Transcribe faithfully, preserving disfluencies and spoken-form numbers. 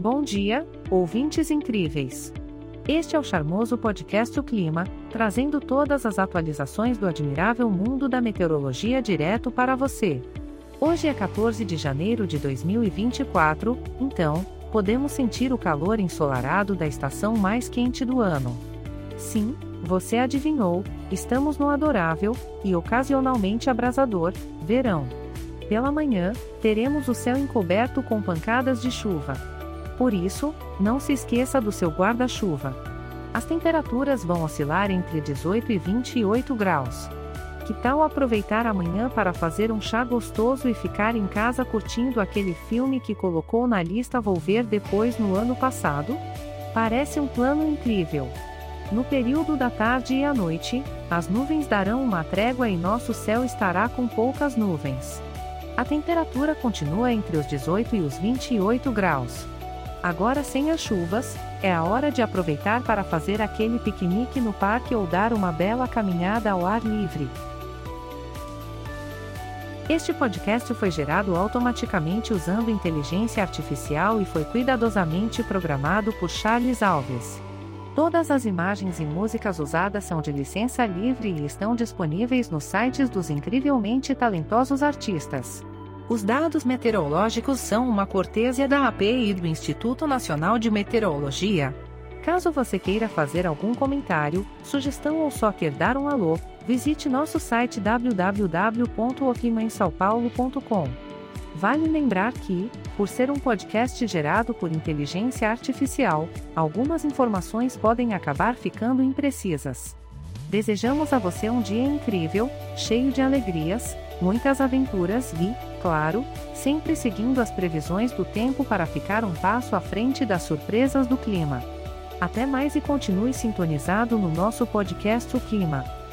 Bom dia, ouvintes incríveis! Este é o charmoso podcast O Clima, trazendo todas as atualizações do admirável mundo da meteorologia direto para você. Hoje é quatorze de janeiro de dois mil e vinte e quatro, então, podemos sentir o calor ensolarado da estação mais quente do ano. Sim, você adivinhou, estamos no adorável, e ocasionalmente abrasador, verão. Pela manhã, teremos o céu encoberto com pancadas de chuva. Por isso, não se esqueça do seu guarda-chuva. As temperaturas vão oscilar entre dezoito e vinte e oito graus. Que tal aproveitar amanhã para fazer um chá gostoso e ficar em casa curtindo aquele filme que colocou na lista Vou Ver Depois no ano passado? Parece um plano incrível. No período da tarde e à noite, as nuvens darão uma trégua e nosso céu estará com poucas nuvens. A temperatura continua entre os dezoito e os vinte e oito graus. Agora sem as chuvas, é a hora de aproveitar para fazer aquele piquenique no parque ou dar uma bela caminhada ao ar livre. Este podcast foi gerado automaticamente usando inteligência artificial e foi cuidadosamente programado por Charles Alves. Todas as imagens e músicas usadas são de licença livre e estão disponíveis nos sites dos incrivelmente talentosos artistas. Os dados meteorológicos são uma cortesia da A P I do Instituto Nacional de Meteorologia. Caso você queira fazer algum comentário, sugestão ou só quer dar um alô, visite nosso site w w w ponto o clima em são paulo ponto com. Vale lembrar que, por ser um podcast gerado por inteligência artificial, algumas informações podem acabar ficando imprecisas. Desejamos a você um dia incrível, cheio de alegrias, muitas aventuras e, claro, sempre seguindo as previsões do tempo para ficar um passo à frente das surpresas do clima. Até mais e continue sintonizado no nosso podcast O Clima.